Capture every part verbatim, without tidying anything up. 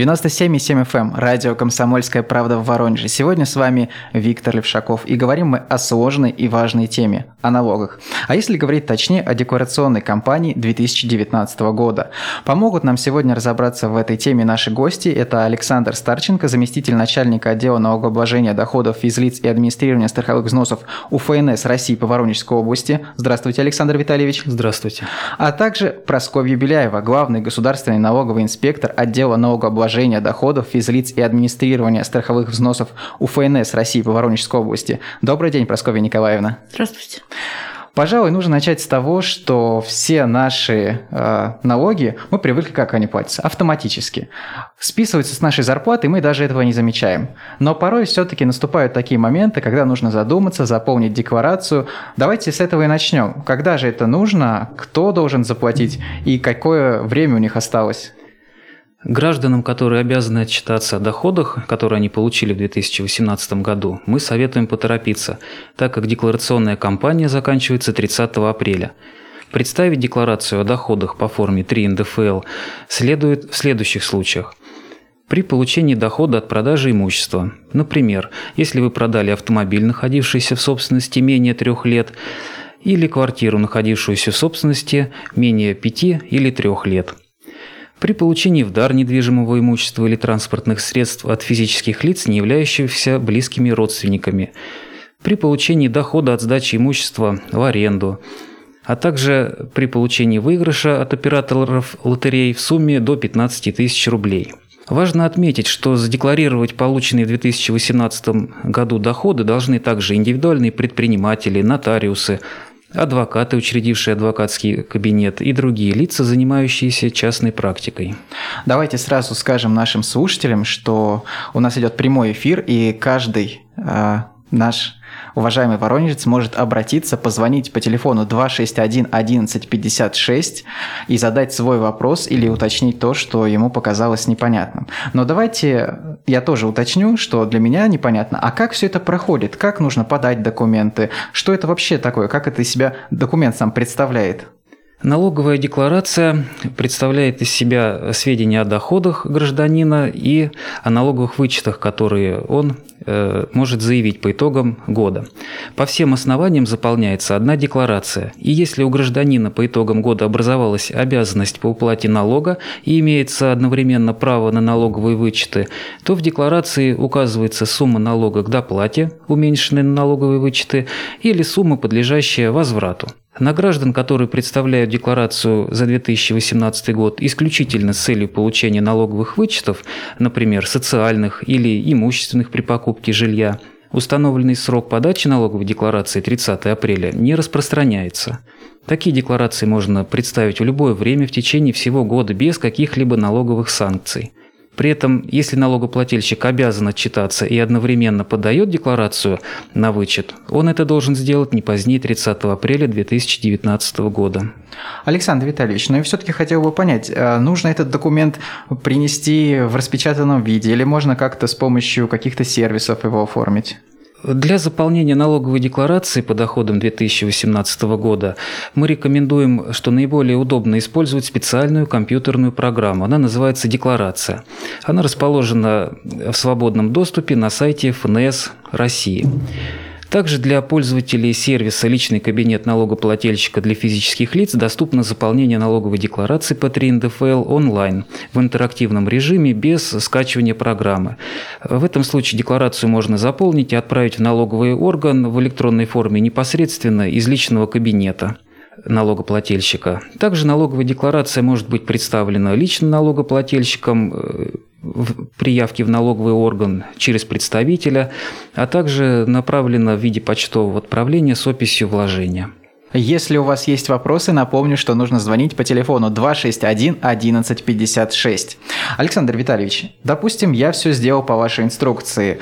девяносто семь и семь эф эм, радио «Комсомольская правда» в Воронеже. Сегодня с вами Виктор Левшаков, и говорим мы о сложной и важной теме – о налогах. А если говорить точнее, о декларационной кампании две тысячи девятнадцатого года. Помогут нам сегодня разобраться в этой теме наши гости. Это Александр Старченко, заместитель начальника отдела налогообложения доходов физлиц и администрирования страховых взносов У Ф Н С России по Воронежской области. Здравствуйте, Александр Витальевич. Здравствуйте. А также Прасковья Беляева, главный государственный налоговый инспектор отдела налогообложения доходов физлиц и администрирования страховых взносов У Ф Н С России по Воронежской области. Добрый день, Прасковья Николаевна. Здравствуйте. Пожалуй, нужно начать с того, что все наши э, налоги, мы привыкли, как они платятся, автоматически. Списываются с нашей зарплаты, и мы даже этого не замечаем. Но порой все-таки наступают такие моменты, когда нужно задуматься, заполнить декларацию. Давайте с этого и начнем. Когда же это нужно, кто должен заплатить и какое время у них осталось? Гражданам, которые обязаны отчитаться о доходах, которые они получили в две тысячи восемнадцатом году, мы советуем поторопиться, так как декларационная кампания заканчивается тридцатого апреля. Представить декларацию о доходах по форме три эн дэ эф эл следует в следующих случаях. При получении дохода от продажи имущества. Например, если вы продали автомобиль, находившийся в собственности менее трех лет, или квартиру, находившуюся в собственности менее пяти или трех лет. При получении в дар недвижимого имущества или транспортных средств от физических лиц, не являющихся близкими родственниками. При получении дохода от сдачи имущества в аренду. А также при получении выигрыша от операторов лотерей в сумме до пятнадцати тысяч рублей. Важно отметить, что задекларировать полученные в две тысячи восемнадцатом году доходы должны также индивидуальные предприниматели, нотариусы, адвокаты, учредившие адвокатский кабинет, и другие лица, занимающиеся частной практикой. Давайте сразу скажем нашим слушателям, что у нас идет прямой эфир, и каждый э, наш уважаемый воронежец может обратиться, позвонить по телефону два шесть один одиннадцать пятьдесят шесть и задать свой вопрос или уточнить то, что ему показалось непонятным. Но давайте я тоже уточню, что для меня непонятно, а как все это проходит, как нужно подать документы, что это вообще такое, как это из себя документ сам представляет? Налоговая декларация представляет из себя сведения о доходах гражданина и о налоговых вычетах, которые он э, может заявить по итогам года. По всем основаниям заполняется одна декларация, и если у гражданина по итогам года образовалась обязанность по уплате налога и имеется одновременно право на налоговые вычеты, то в декларации указывается сумма налога к доплате, уменьшенная на налоговые вычеты, или сумма, подлежащая возврату. На граждан, которые представляют декларацию за две тысячи восемнадцатый год исключительно с целью получения налоговых вычетов, например, социальных или имущественных при покупке жилья, установленный срок подачи налоговой декларации тридцатого апреля не распространяется. Такие декларации можно представить в любое время в течение всего года без каких-либо налоговых санкций. При этом, если налогоплательщик обязан отчитаться и одновременно подает декларацию на вычет, он это должен сделать не позднее тридцатого апреля две тысячи девятнадцатого года. Александр Витальевич, но я все-таки хотел бы понять, нужно этот документ принести в распечатанном виде или можно как-то с помощью каких-то сервисов его оформить? Для заполнения налоговой декларации по доходам две тысячи восемнадцатого года мы рекомендуем, что наиболее удобно использовать специальную компьютерную программу. Она называется «Декларация». Она расположена в свободном доступе на сайте Эф Эн Эс России. Также для пользователей сервиса «Личный кабинет налогоплательщика для физических лиц» доступно заполнение налоговой декларации по три эн дэ эф эл онлайн в интерактивном режиме без скачивания программы. В этом случае декларацию можно заполнить и отправить в налоговый орган в электронной форме непосредственно из личного кабинета налогоплательщика. Также налоговая декларация может быть представлена личным налогоплательщиком при явке в налоговый орган через представителя, а также направлена в виде почтового отправления с описью вложения. Если у вас есть вопросы, напомню, что нужно звонить по телефону два шесть один одиннадцать пятьдесят шесть. Александр Витальевич, допустим, я все сделал по вашей инструкции,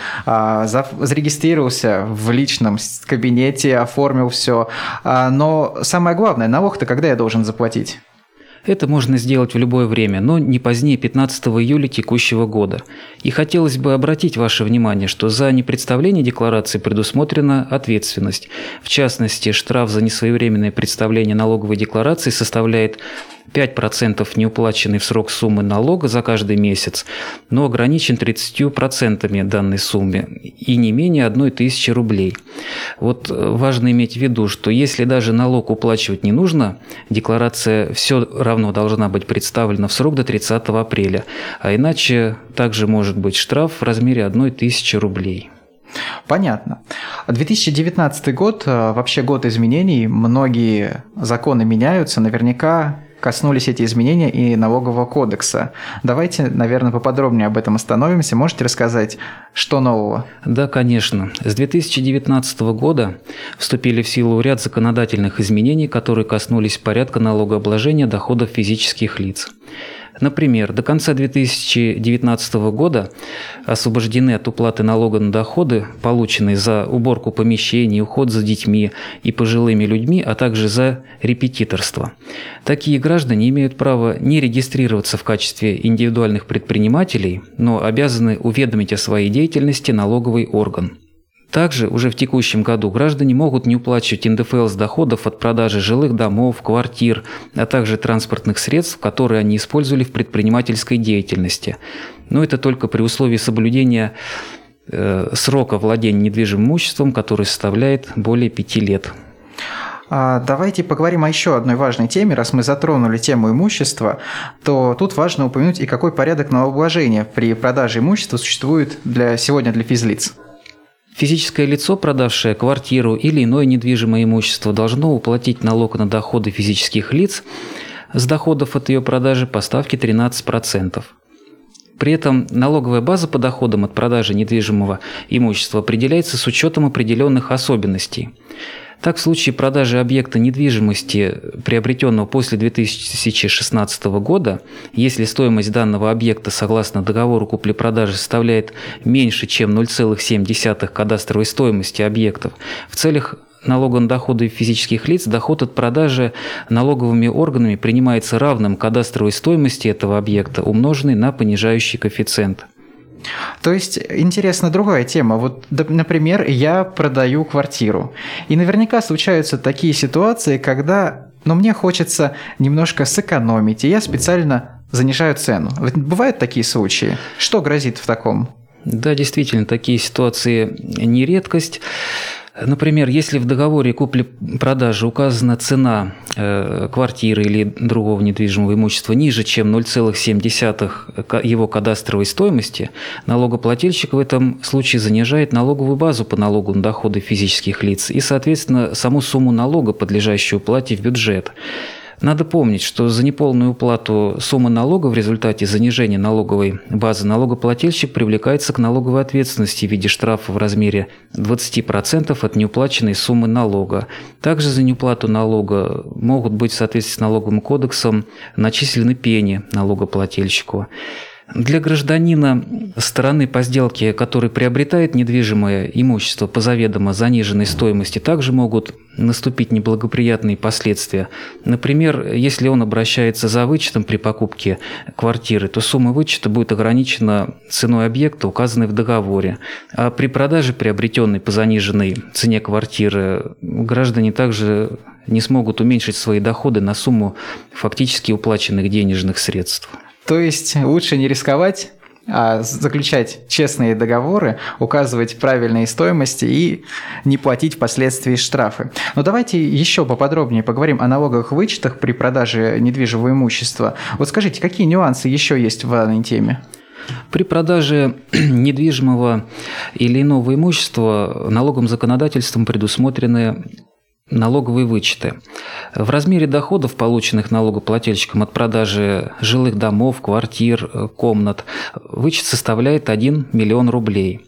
зарегистрировался в личном кабинете, оформил все, но самое главное, налог-то когда я должен заплатить? Это можно сделать в любое время, но не позднее пятнадцатого июля текущего года. И хотелось бы обратить ваше внимание, что за непредставление декларации предусмотрена ответственность. В частности, штраф за несвоевременное представление налоговой декларации составляет пять процентов неуплаченной в срок суммы налога за каждый месяц, но ограничен тридцатью процентами данной суммы и не менее одной тысячи рублей. Вот важно иметь в виду, что если даже налог уплачивать не нужно, декларация все равно должна быть представлена в срок до тридцатого апреля, а иначе также может быть штраф в размере одной тысячи рублей. Понятно. две тысячи девятнадцатый год, вообще год изменений, многие законы меняются, наверняка коснулись эти изменения и налогового кодекса. Давайте, наверное, поподробнее об этом остановимся. Можете рассказать, что нового? Да, конечно. С две тысячи девятнадцатого года вступили в силу ряд законодательных изменений, которые коснулись порядка налогообложения доходов физических лиц. Например, до конца две тысячи девятнадцатого года освобождены от уплаты налога на доходы, полученные за уборку помещений, уход за детьми и пожилыми людьми, а также за репетиторство. Такие граждане имеют право не регистрироваться в качестве индивидуальных предпринимателей, но обязаны уведомить о своей деятельности налоговый орган. Также уже в текущем году граждане могут не уплачивать эн дэ эф эл с доходов от продажи жилых домов, квартир, а также транспортных средств, которые они использовали в предпринимательской деятельности. Но это только при условии соблюдения э, срока владения недвижимым имуществом, который составляет более пяти лет. Давайте поговорим о еще одной важной теме. Раз мы затронули тему имущества, то тут важно упомянуть и какой порядок налогообложения при продаже имущества существует для, сегодня для физлиц. Физическое лицо, продавшее квартиру или иное недвижимое имущество, должно уплатить налог на доходы физических лиц с доходов от ее продажи по ставке тринадцать процентов. При этом налоговая база по доходам от продажи недвижимого имущества определяется с учетом определенных особенностей. Так, в случае продажи объекта недвижимости, приобретенного после две тысячи шестнадцатого года, если стоимость данного объекта согласно договору купли-продажи составляет меньше, чем ноль целых семь десятых кадастровой стоимости объектов, в целях налога на доходы физических лиц доход от продажи налоговыми органами принимается равным кадастровой стоимости этого объекта, умноженный на понижающий коэффициент. То есть, интересна другая тема. Вот, например, я продаю квартиру. И наверняка случаются такие ситуации, когда, ну, мне хочется немножко сэкономить, и я специально занижаю цену. Бывают такие случаи? Что грозит в таком? Да, действительно, такие ситуации не редкость. Например, если в договоре купли-продажи указана цена э, квартиры или другого недвижимого имущества ниже, чем ноль целых семь десятых его кадастровой стоимости, налогоплательщик в этом случае занижает налоговую базу по налогу на доходы физических лиц и, соответственно, саму сумму налога, подлежащую уплате в бюджет. Надо помнить, что за неполную уплату суммы налога в результате занижения налоговой базы налогоплательщик привлекается к налоговой ответственности в виде штрафа в размере двадцати процентов от неуплаченной суммы налога. Также за неуплату налога могут быть в соответствии с налоговым кодексом начислены пени налогоплательщику. Для гражданина стороны по сделке, который приобретает недвижимое имущество по заведомо заниженной стоимости, также могут наступить неблагоприятные последствия. Например, если он обращается за вычетом при покупке квартиры, то сумма вычета будет ограничена ценой объекта, указанной в договоре. А при продаже, приобретенной по заниженной цене квартиры, граждане также не смогут уменьшить свои доходы на сумму фактически уплаченных денежных средств. То есть лучше не рисковать, а заключать честные договоры, указывать правильные стоимости и не платить впоследствии штрафы. Но давайте еще поподробнее поговорим о налоговых вычетах при продаже недвижимого имущества. Вот скажите, какие нюансы еще есть в данной теме? При продаже недвижимого или иного имущества налоговым законодательством предусмотрены налоговые вычеты. В размере доходов, полученных налогоплательщиком от продажи жилых домов, квартир, комнат, вычет составляет один миллион рублей.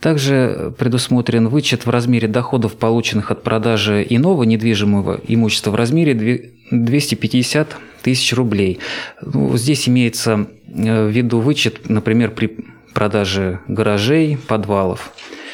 Также предусмотрен вычет в размере доходов, полученных от продажи иного недвижимого имущества в размере двести пятьдесят тысяч рублей. Ну, здесь имеется в виду вычет, например, при продаже гаражей, подвалов.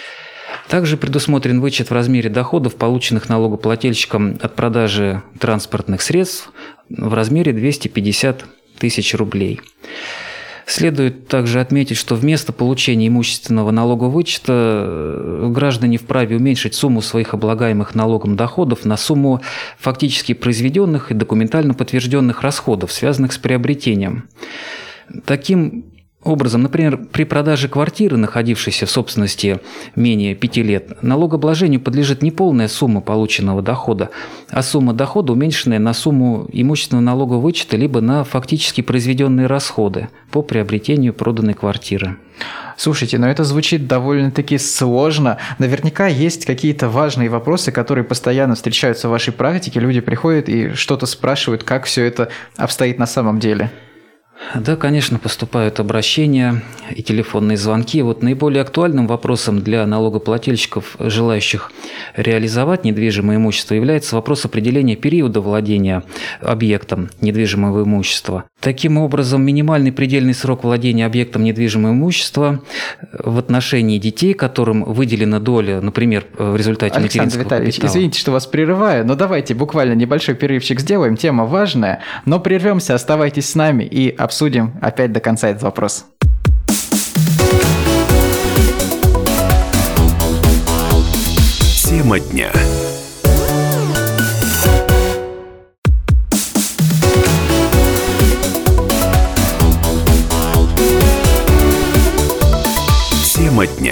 Также предусмотрен вычет в размере доходов, полученных налогоплательщиком от продажи транспортных средств в размере двести пятьдесят тысяч рублей. Следует также отметить, что вместо получения имущественного налогового вычета граждане вправе уменьшить сумму своих облагаемых налогом доходов на сумму фактически произведенных и документально подтвержденных расходов, связанных с приобретением. Таким образом, например, при продаже квартиры, находившейся в собственности менее пяти лет, налогообложению подлежит не полная сумма полученного дохода, а сумма дохода, уменьшенная на сумму имущественного налогового вычета либо на фактически произведенные расходы по приобретению проданной квартиры. Слушайте, но это звучит довольно-таки сложно. Наверняка есть какие-то важные вопросы, которые постоянно встречаются в вашей практике. Люди приходят и что-то спрашивают, как все это обстоит на самом деле. Да, конечно, поступают обращения и телефонные звонки. Вот наиболее актуальным вопросом для налогоплательщиков, желающих реализовать недвижимое имущество, является вопрос определения периода владения объектом недвижимого имущества. Таким образом, минимальный предельный срок владения объектом недвижимого имущества в отношении детей, которым выделена доля, например, в результате Александр материнского Витальевич, капитала. Извините, что вас прерываю, но давайте буквально небольшой перерывчик сделаем. Тема важная, но прервемся, оставайтесь с нами и обсудим опять до конца этот вопрос. Тема дня. Тема дня.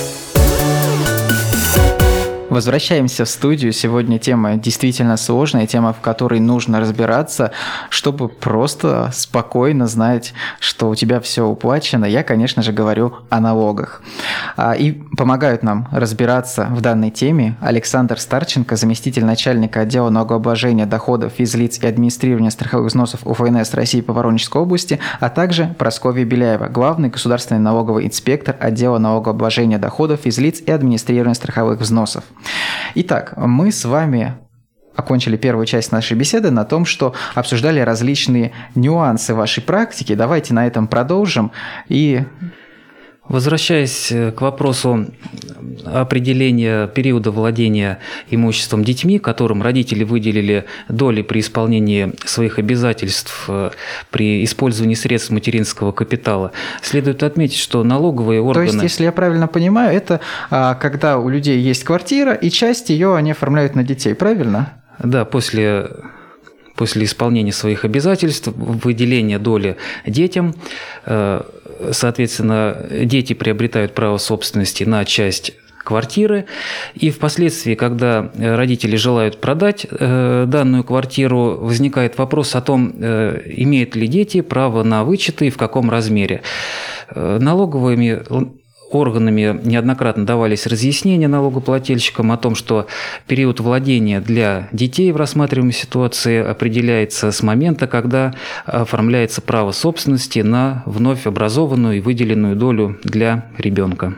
Возвращаемся в студию. Сегодня тема действительно сложная, тема, в которой нужно разбираться, чтобы просто спокойно знать, что у тебя все уплачено. Я, конечно же, говорю о налогах. И помогают нам разбираться в данной теме Александр Старченко, заместитель начальника отдела налогообложения доходов физлиц и администрирования страховых взносов УФНС России по Воронежской области, а также Прасковья Беляева, главный государственный налоговый инспектор отдела налогообложения доходов физлиц и администрирования страховых взносов. Итак, мы с вами окончили первую часть нашей беседы на том, что обсуждали различные нюансы вашей практики. Давайте на этом продолжим. И... Возвращаясь к вопросу определения периода владения имуществом детьми, которым родители выделили доли при исполнении своих обязательств при использовании средств материнского капитала, следует отметить, что налоговые органы... То есть, если я правильно понимаю, это когда у людей есть квартира, и часть ее они оформляют на детей, правильно? Да, после... После исполнения своих обязательств, выделения доли детям, соответственно, дети приобретают право собственности на часть квартиры, и впоследствии, когда родители желают продать данную квартиру, возникает вопрос о том, имеют ли дети право на вычеты и в каком размере. Налоговыми органами неоднократно давались разъяснения налогоплательщикам о том, что период владения для детей в рассматриваемой ситуации определяется с момента, когда оформляется право собственности на вновь образованную и выделенную долю для ребенка.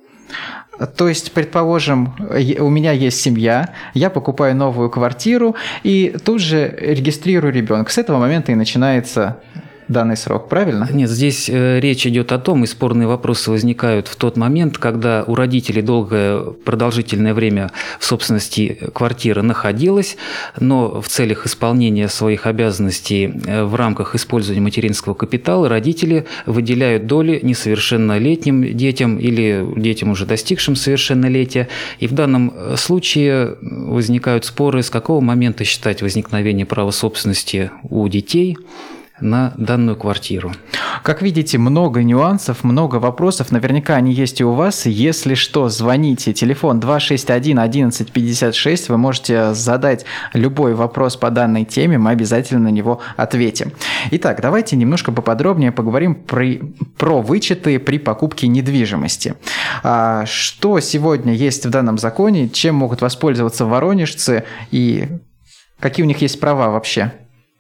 То есть, предположим, у меня есть семья, я покупаю новую квартиру и тут же регистрирую ребенка. С этого момента и начинается данный срок, правильно? Нет, здесь речь идет о том, и спорные вопросы возникают в тот момент, когда у родителей долгое продолжительное время в собственности квартира находилась, но в целях исполнения своих обязанностей в рамках использования материнского капитала родители выделяют доли несовершеннолетним детям или детям, уже достигшим совершеннолетия. И в данном случае возникают споры, с какого момента считать возникновение права собственности у детей на данную квартиру. Как видите, много нюансов, много вопросов. Наверняка они есть и у вас. Если что, звоните. Телефон два шесть один одиннадцать пятьдесят шесть. Вы можете задать любой вопрос по данной теме. Мы обязательно на него ответим. Итак, давайте немножко поподробнее поговорим про, про вычеты при покупке недвижимости. А, что сегодня есть в данном законе? Чем могут воспользоваться воронежцы? И какие у них есть права вообще?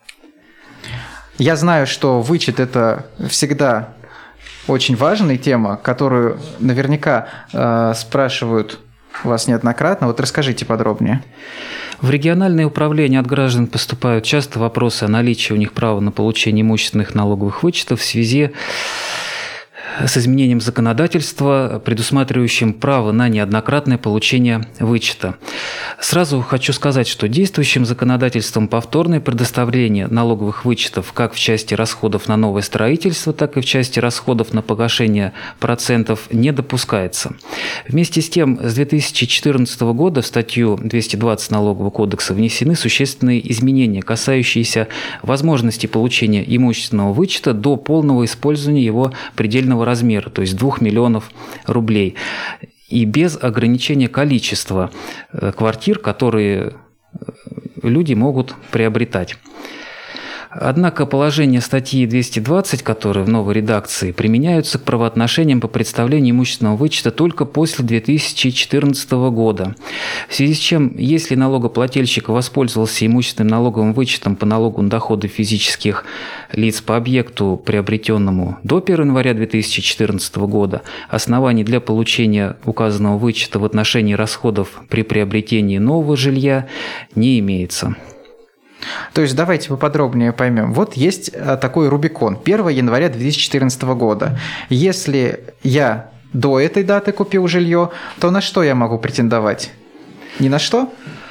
Я знаю, что вычет – это всегда очень важная тема, которую наверняка э, спрашивают вас неоднократно. Вот расскажите подробнее. В региональное управление от граждан поступают часто вопросы о наличии у них права на получение имущественных налоговых вычетов в связи с изменением законодательства, предусматривающим право на неоднократное получение вычета. Сразу хочу сказать, что действующим законодательством повторное предоставление налоговых вычетов как в части расходов на новое строительство, так и в части расходов на погашение процентов не допускается. Вместе с тем, с две тысячи четырнадцатого года в статью двести двадцать Налогового кодекса внесены существенные изменения, касающиеся возможности получения имущественного вычета до полного использования его предельного размера, то есть двух миллионов рублей, и без ограничения количества квартир, которые люди могут приобретать. Однако положения статьи двести двадцать, которые в новой редакции применяются к правоотношениям по представлению имущественного вычета только после две тысячи четырнадцатого года. В связи с чем, если налогоплательщик воспользовался имущественным налоговым вычетом по налогу на доходы физических лиц по объекту, приобретенному до первого января две тысячи четырнадцатого года, оснований для получения указанного вычета в отношении расходов при приобретении нового жилья не имеется. То есть давайте поподробнее поймем. Вот есть такой Рубикон первого января две тысячи четырнадцатого года. Если я до этой даты купил жилье, то на что я могу претендовать? Ни на что?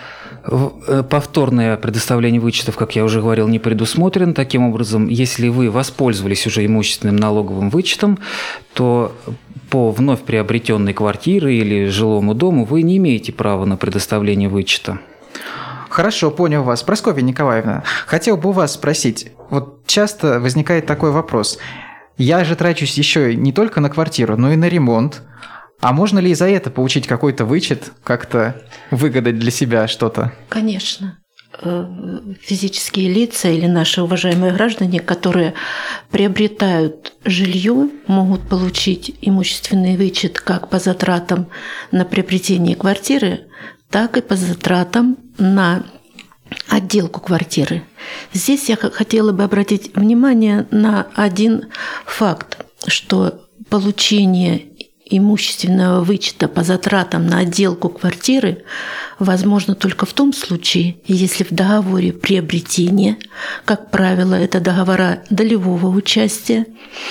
Повторное предоставление вычетов, как я уже говорил, не предусмотрено. Таким образом, если вы воспользовались уже имущественным налоговым вычетом, то по вновь приобретенной квартире или жилому дому вы не имеете права на предоставление вычета. Хорошо, понял вас. Прасковья Николаевна, хотел бы у вас спросить. Вот часто возникает такой вопрос. Я же трачусь еще не только на квартиру, но и на ремонт. А можно ли и за это получить какой-то вычет, как-то выгадать для себя что-то? Конечно. Физические лица или наши уважаемые граждане, которые приобретают жилье, могут получить имущественный вычет как по затратам на приобретение квартиры, так и по затратам на отделку квартиры. Здесь я хотела бы обратить внимание на один факт, что получение имущественного вычета по затратам на отделку квартиры возможно только в том случае, если в договоре приобретения, как правило, это договора долевого участия,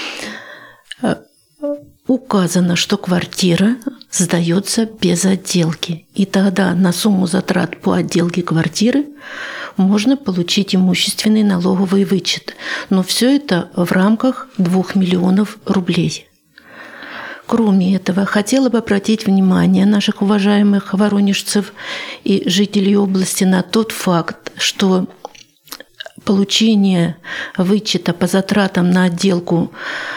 указано, что квартира сдается без отделки. И тогда на сумму затрат по отделке квартиры можно получить имущественный налоговый вычет. Но все это в рамках двух миллионов рублей. Кроме этого, хотела бы обратить внимание наших уважаемых воронежцев и жителей области на тот факт, что получение вычета по затратам на отделку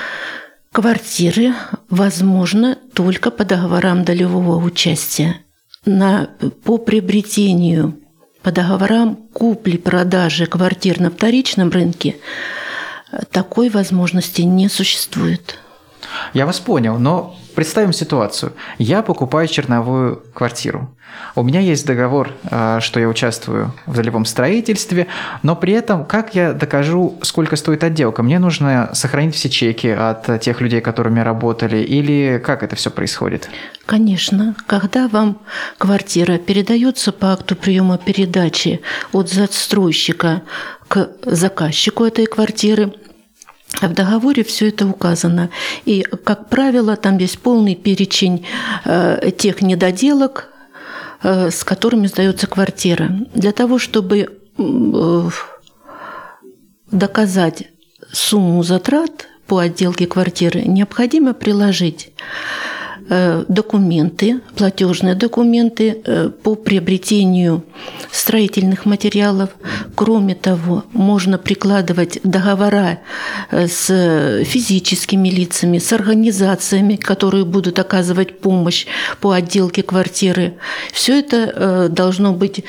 квартиры возможно только по договорам долевого участия. На, по приобретению, по договорам купли-продажи квартир на вторичном рынке такой возможности не существует. Я вас понял, но представим ситуацию. Я покупаю черновую квартиру. У меня есть договор, что я участвую в долевом строительстве, но при этом как я докажу, сколько стоит отделка? Мне нужно сохранить все чеки от тех людей, которыми работали, или как это все происходит? Конечно. Когда вам квартира передается по акту приема передачи от застройщика к заказчику этой квартиры, в договоре все это указано. И, как правило, там есть полный перечень э, тех недоделок, э, с которыми сдается квартира. Для того, чтобы э, доказать сумму затрат по отделке квартиры, необходимо приложить э, документы, платежные документы э, по приобретению строительных материалов. Кроме того, можно прикладывать договора с физическими лицами, с организациями, которые будут оказывать помощь по отделке квартиры. Все это должно быть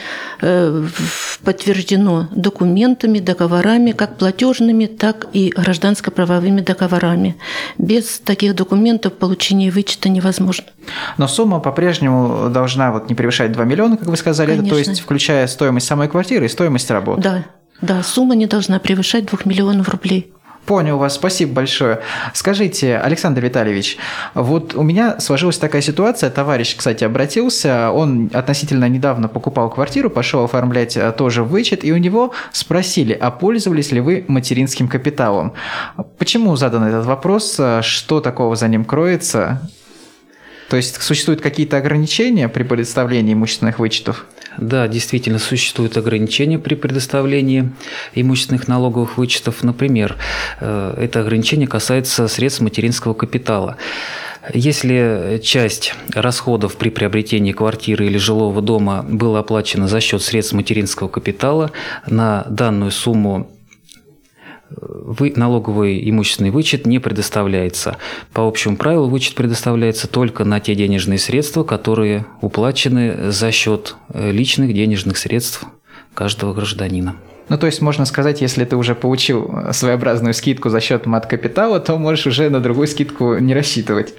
подтверждено документами, договорами, как платежными, так и гражданско-правовыми договорами. Без таких документов получение вычета невозможно. Но сумма по-прежнему должна вот не превышать два миллиона, как вы сказали, это, то есть включая стоимость самой квартиры и стоимость работы. Да, да, сумма не должна превышать двух миллионов рублей. Понял вас, спасибо большое. Скажите, Александр Витальевич, вот у меня сложилась такая ситуация, товарищ, кстати, обратился, он относительно недавно покупал квартиру, пошел оформлять тоже вычет, и у него спросили, а пользовались ли вы материнским капиталом? Почему задан этот вопрос, что такого за ним кроется? То есть существуют какие-то ограничения при предоставлении имущественных вычетов? Да, действительно, существуют ограничения при предоставлении имущественных налоговых вычетов. Например, это ограничение касается средств материнского капитала. Если часть расходов при приобретении квартиры или жилого дома была оплачена за счет средств материнского капитала, на данную сумму налоговый имущественный вычет не предоставляется. По общему правилу вычет предоставляется только на те денежные средства, которые уплачены за счет личных денежных средств каждого гражданина. Ну, то есть, можно сказать, если ты уже получил своеобразную скидку за счет мат-капитала, то можешь уже на другую скидку не рассчитывать.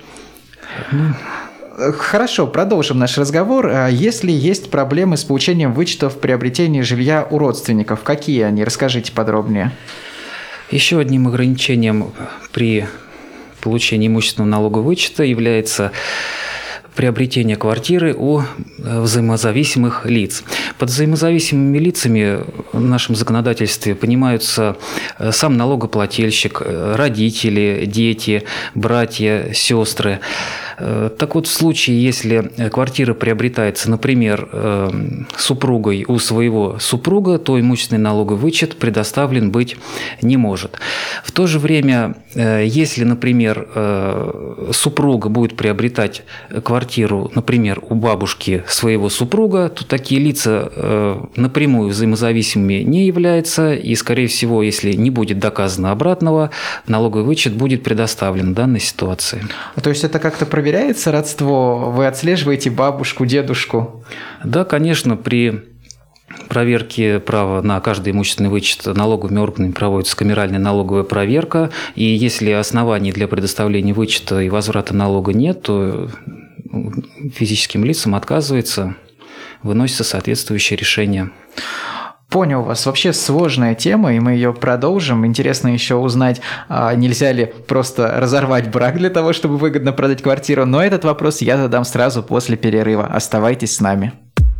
Хорошо, продолжим наш разговор. Если есть проблемы с получением вычетов в приобретении жилья у родственников, какие они? Расскажите подробнее. Еще одним ограничением при получении имущественного налогового вычета является приобретение квартиры у взаимозависимых лиц. Под взаимозависимыми лицами в нашем законодательстве понимаются сам налогоплательщик, родители, дети, братья, сестры. Так вот, в случае, если квартира приобретается, например, супругой у своего супруга, то имущественный налоговый вычет предоставлен быть не может. В то же время, если, например, супруга будет приобретать квартиру, например, у бабушки своего супруга, то такие лица напрямую взаимозависимыми не являются, и, скорее всего, если не будет доказано обратного, налоговый вычет будет предоставлен в данной ситуации. То есть это как-то проверяется? Проверяется родство? Вы отслеживаете бабушку, дедушку? Да, конечно, при проверке права на каждый имущественный вычет налоговыми органами проводится камеральная налоговая проверка, и если оснований для предоставления вычета и возврата налога нет, то физическим лицам отказывается, выносится соответствующее решение. Понял вас. Вообще сложная тема, и мы ее продолжим. Интересно еще узнать, нельзя ли просто разорвать брак для того, чтобы выгодно продать квартиру. Но этот вопрос я задам сразу после перерыва. Оставайтесь с нами.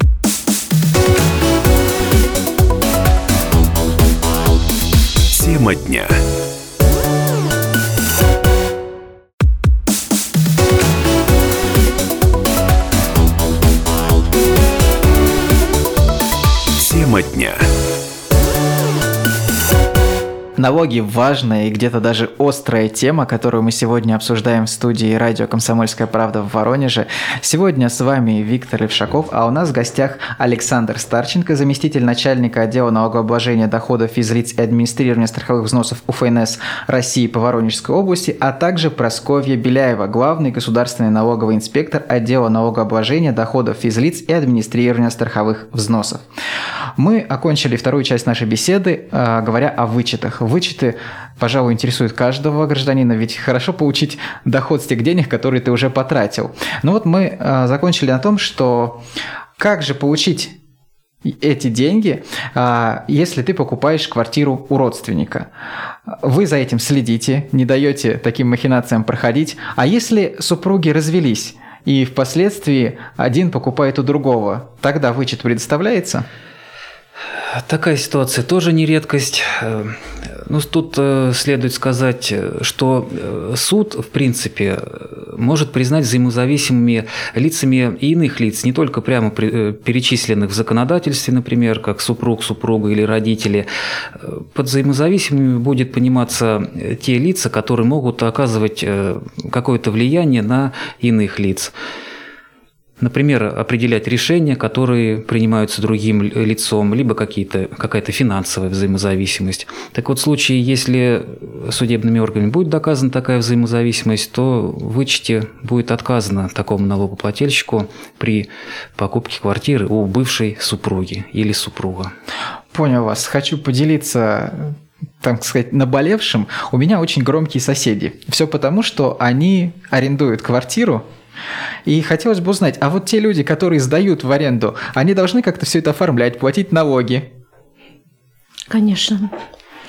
Тема дня. Тема дня. Налоги – важная и где-то даже острая тема, которую мы сегодня обсуждаем в студии радио «Комсомольская правда» в Воронеже. Сегодня с вами Виктор Ившаков, а у нас в гостях Александр Старченко, заместитель начальника отдела налогообложения доходов физлиц и администрирования страховых взносов УФНС России по Воронежской области, а также Прасковья Беляева, главный государственный налоговый инспектор отдела налогообложения доходов физлиц и администрирования страховых взносов. Мы окончили вторую часть нашей беседы, говоря о вычетах. Вычеты, пожалуй, интересуют каждого гражданина, ведь хорошо получить доход с тех денег, которые ты уже потратил. Но вот мы э, закончили на том, что как же получить эти деньги, э, если ты покупаешь квартиру у родственника. Вы за этим следите, не даете таким махинациям проходить. А если супруги развелись, и впоследствии один покупает у другого, тогда вычет предоставляется? Такая ситуация тоже не редкость. Ну, тут следует сказать, что суд, в принципе, может признать взаимозависимыми лицами и иных лиц, не только прямо перечисленных в законодательстве, например, как супруг, супруга или родители. Под взаимозависимыми будет пониматься те лица, которые могут оказывать какое-то влияние на иных лиц. Например, определять решения, которые принимаются другим лицом, либо какие-то, какая-то финансовая взаимозависимость. Так вот, в случае, если судебными органами будет доказана такая взаимозависимость, то в вычете будет отказано такому налогоплательщику при покупке квартиры у бывшей супруги или супруга. Понял вас. Хочу поделиться, так сказать, наболевшим. У меня очень громкие соседи. Все потому, что они арендуют квартиру. И хотелось бы узнать, а вот те люди, которые сдают в аренду, они должны как-то все это оформлять, платить налоги? Конечно.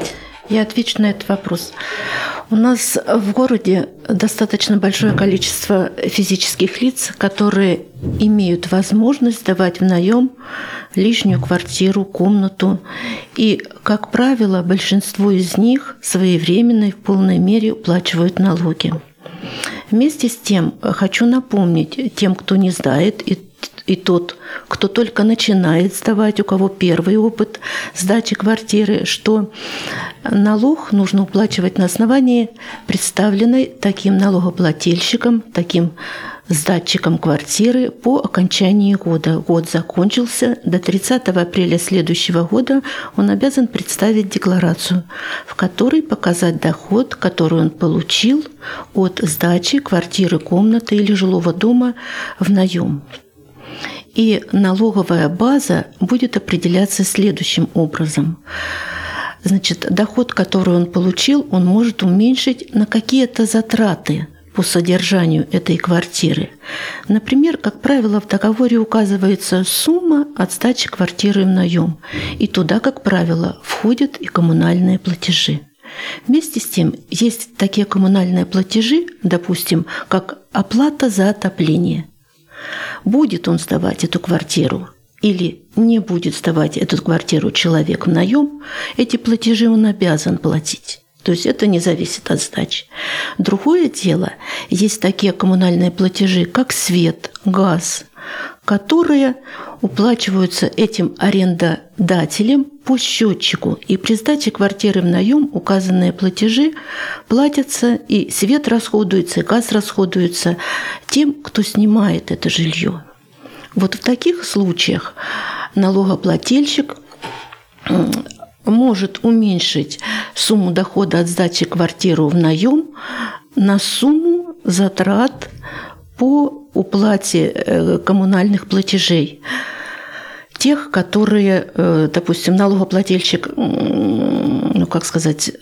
Я отвечу на этот вопрос. У нас в городе достаточно большое количество физических лиц, которые имеют возможность сдавать в наем лишнюю квартиру, комнату. И, как правило, большинство из них своевременно и в полной мере уплачивают налоги. Вместе с тем хочу напомнить тем, кто не сдает, и И тот, кто только начинает сдавать, у кого первый опыт сдачи квартиры, что налог нужно уплачивать на основании представленной таким налогоплательщиком, таким сдатчиком квартиры по окончании года. Год закончился, до тридцатого апреля следующего года он обязан представить декларацию, в которой показать доход, который он получил от сдачи квартиры, комнаты или жилого дома в наем. И налоговая база будет определяться следующим образом. Значит, доход, который он получил, он может уменьшить на какие-то затраты по содержанию этой квартиры. Например, как правило, в договоре указывается сумма от сдачи квартиры в наем. И туда, как правило, входят и коммунальные платежи. Вместе с тем, есть такие коммунальные платежи, допустим, как оплата за отопление. Будет он сдавать эту квартиру или не будет сдавать эту квартиру человек в наем, эти платежи он обязан платить. То есть это не зависит от сдачи. Другое дело, есть такие коммунальные платежи, как свет, газ, которые уплачиваются этим арендодателем по счетчику. И при сдаче квартиры в наем указанные платежи платятся, и свет расходуется, и газ расходуется тем, кто снимает это жилье. Вот в таких случаях налогоплательщик может уменьшить сумму дохода от сдачи квартиры в наем на сумму затрат по уплате коммунальных платежей. Тех, которые, допустим, налогоплательщик, ну, как сказать,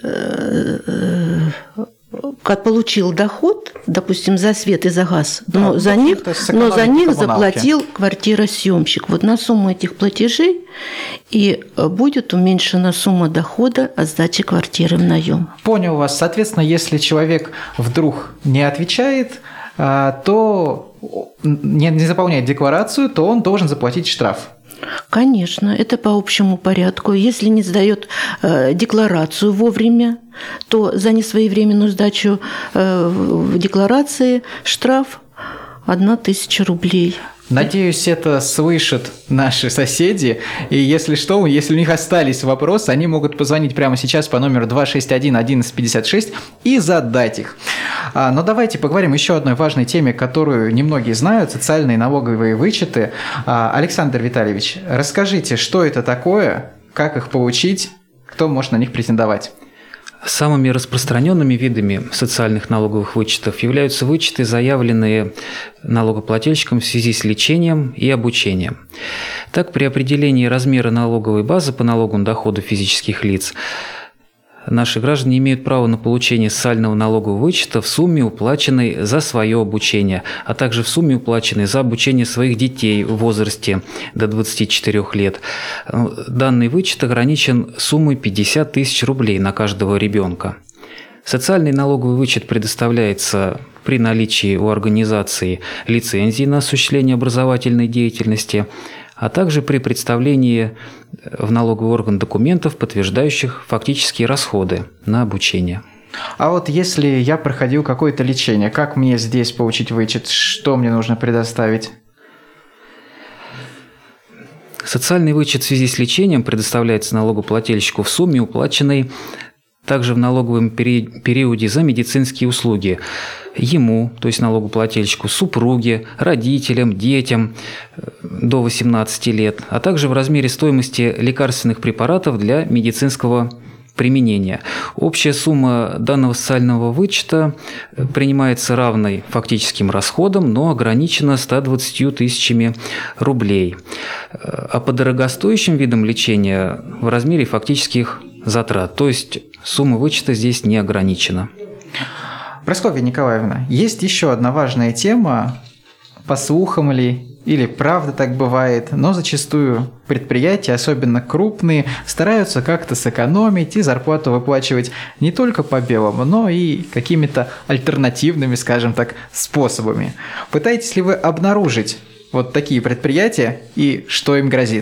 как получил доход, допустим, за свет и за газ, да, но, за них, но за них заплатил квартиросъемщик. Вот на сумму этих платежей и будет уменьшена сумма дохода от сдачи квартиры в наем. Понял вас. Соответственно, если человек вдруг не отвечает, то не, не заполняет декларацию, то он должен заплатить штраф. Конечно, это по общему порядку. Если не сдает э, декларацию вовремя, то за несвоевременную сдачу э, в декларации штраф одна тысяча рублей. Надеюсь, это слышат наши соседи, и если что, если у них остались вопросы, они могут позвонить прямо сейчас по номеру два шесть один одиннадцать пятьдесят шесть и задать их. Но давайте поговорим еще о одной важной теме, которую немногие знают – социальные налоговые вычеты. Александр Витальевич, расскажите, что это такое, как их получить, кто может на них претендовать? Самыми распространенными видами социальных налоговых вычетов являются вычеты, заявленные налогоплательщиком в связи с лечением и обучением. Так, при определении размера налоговой базы по налогам дохода физических лиц наши граждане имеют право на получение социального налогового вычета в сумме, уплаченной за свое обучение, а также в сумме, уплаченной за обучение своих детей в возрасте до двадцати четырёх лет. Данный вычет ограничен суммой пятьдесят тысяч рублей на каждого ребенка. Социальный налоговый вычет предоставляется при наличии у организации лицензии на осуществление образовательной деятельности, а также при представлении в налоговый орган документов, подтверждающих фактические расходы на обучение. А вот если я проходил какое-то лечение, как мне здесь получить вычет? Что мне нужно предоставить? Социальный вычет в связи с лечением предоставляется налогоплательщику в сумме, уплаченной также в налоговом периоде за медицинские услуги ему, то есть налогоплательщику, супруге, родителям, детям до восемнадцати лет, а также в размере стоимости лекарственных препаратов для медицинского применения. Общая сумма данного социального вычета принимается равной фактическим расходам, но ограничена ста двадцатью тысячами рублей. А по дорогостоящим видам лечения в размере фактических затрат, то есть сумма вычета здесь не ограничена. Прасковья Николаевна, есть еще одна важная тема, по слухам ли или правда так бывает, но зачастую предприятия, особенно крупные, стараются как-то сэкономить и зарплату выплачивать не только по белому, но и какими-то альтернативными, скажем так, способами. Пытаетесь ли вы обнаружить вот такие предприятия и что им грозит?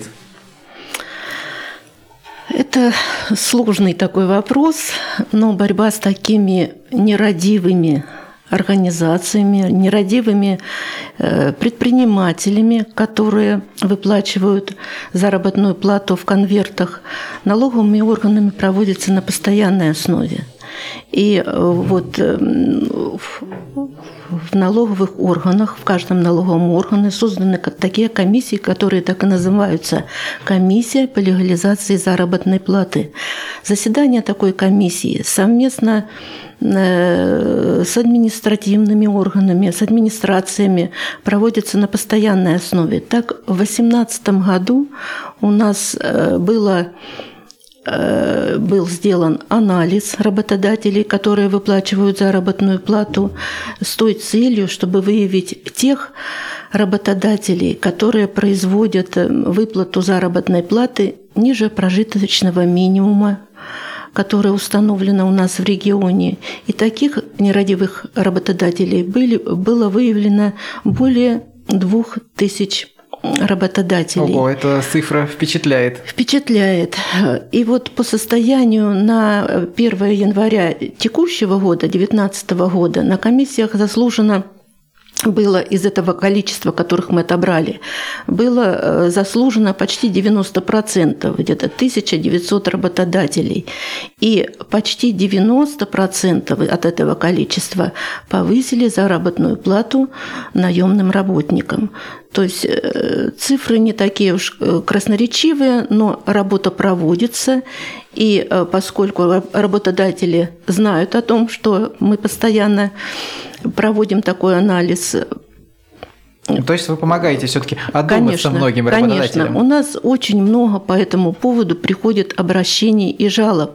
Это сложный такой вопрос, но борьба с такими нерадивыми организациями, нерадивыми предпринимателями, которые выплачивают заработную плату в конвертах, налоговыми органами проводится на постоянной основе. И вот в налоговых органах, в каждом налоговом органе созданы такие комиссии, которые так и называются «Комиссия по легализации заработной платы». Заседание такой комиссии совместно с административными органами, с администрациями проводится на постоянной основе. Так, в две тысячи восемнадцатом году у нас было был сделан анализ работодателей, которые выплачивают заработную плату, с той целью, чтобы выявить тех работодателей, которые производят выплату заработной платы ниже прожиточного минимума, которое установлено у нас в регионе. И таких нерадивых работодателей были, было выявлено более двух тысяч работодателей. Ого, эта цифра впечатляет. Впечатляет. И вот по состоянию на первое января текущего года, две тысячи девятнадцатого года, на комиссиях заслужено было из этого количества, которых мы отобрали, было заслужено почти девяносто процентов, где-то тысяча девятьсот работодателей. И почти девяносто процентов от этого количества повысили заработную плату наемным работникам. То есть цифры не такие уж красноречивые, но работа проводится. И поскольку работодатели знают о том, что мы постоянно проводим такой анализ. То есть вы помогаете все-таки одуматься многим работодателям? Конечно. У нас очень много по этому поводу приходит обращений и жалоб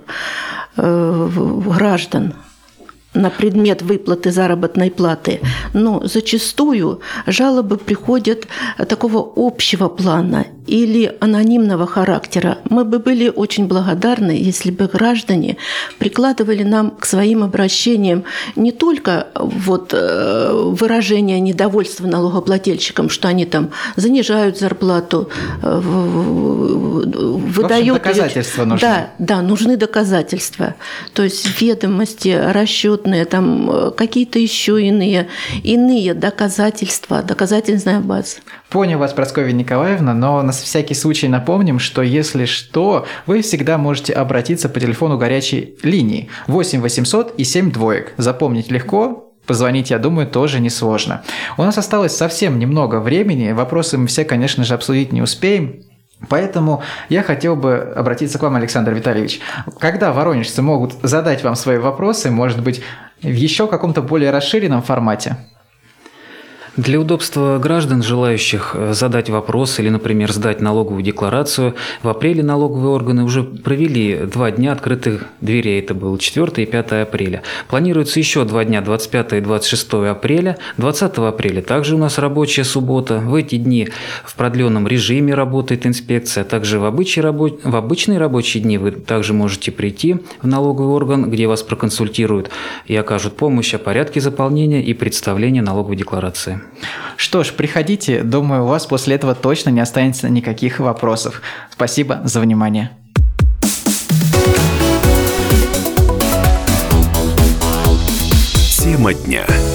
граждан на предмет выплаты заработной платы. Но зачастую жалобы приходят такого общего плана или анонимного характера. Мы бы были очень благодарны, если бы граждане прикладывали нам к своим обращениям не только вот выражение недовольства налогоплательщикам, что они там занижают зарплату, выдают... В общем, доказательства нужны. Да, да, нужны доказательства. То есть ведомости, расчеты, там какие-то еще иные, иные доказательства, доказательная база. Понял вас, Прасковья Николаевна, но на всякий случай напомним, что если что, вы всегда можете обратиться по телефону горячей линии восемь восемьсот и семь двоек. Запомнить легко, позвонить, я думаю, тоже несложно. У нас осталось совсем немного времени, вопросы мы все, конечно же, обсудить не успеем. Поэтому я хотел бы обратиться к вам, Александр Витальевич. Когда воронежцы могут задать вам свои вопросы, может быть, в еще каком-то более расширенном формате? Для удобства граждан, желающих задать вопрос или, например, сдать налоговую декларацию, в апреле налоговые органы уже провели два дня открытых дверей. Это было четвёртое и пятое апреля. Планируется еще два дня, двадцать пятое и двадцать шестое апреля. двадцатого апреля также у нас рабочая суббота. В эти дни в продленном режиме работает инспекция. Также в, обычай, в обычные рабочие дни вы также можете прийти в налоговый орган, где вас проконсультируют и окажут помощь о порядке заполнения и представления налоговой декларации. Что ж, приходите, думаю, у вас после этого точно не останется никаких вопросов. Спасибо за внимание. Тема дня.